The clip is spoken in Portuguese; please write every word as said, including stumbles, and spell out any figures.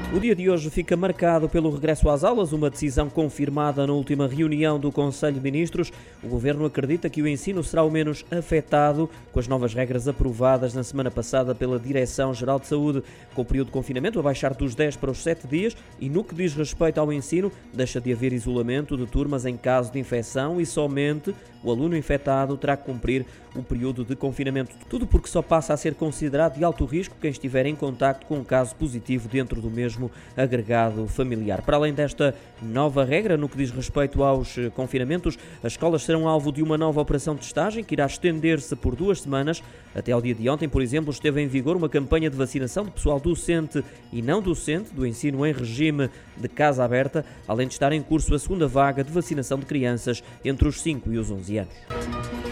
O dia de hoje fica marcado pelo regresso às aulas, uma decisão confirmada na última reunião do Conselho de Ministros. O Governo acredita que o ensino será o menos afetado com as novas regras aprovadas na semana passada pela Direção-Geral de Saúde, com o período de confinamento a baixar dos dez para os sete dias e, no que diz respeito ao ensino, deixa de haver isolamento de turmas em caso de infecção e somente o aluno infectado terá que cumprir o período de confinamento. Tudo porque só passa a ser considerado de alto risco quem estiver em contacto com um caso positivo dentro do mesmo agregado familiar. Para além desta nova regra, no que diz respeito aos confinamentos, as escolas serão alvo de uma nova operação de testagem que irá estender-se por duas semanas. Até ao dia de ontem, por exemplo, esteve em vigor uma campanha de vacinação de pessoal docente e não docente do ensino em regime de casa aberta, além de estar em curso a segunda vaga de vacinação de crianças entre os cinco e os onze anos.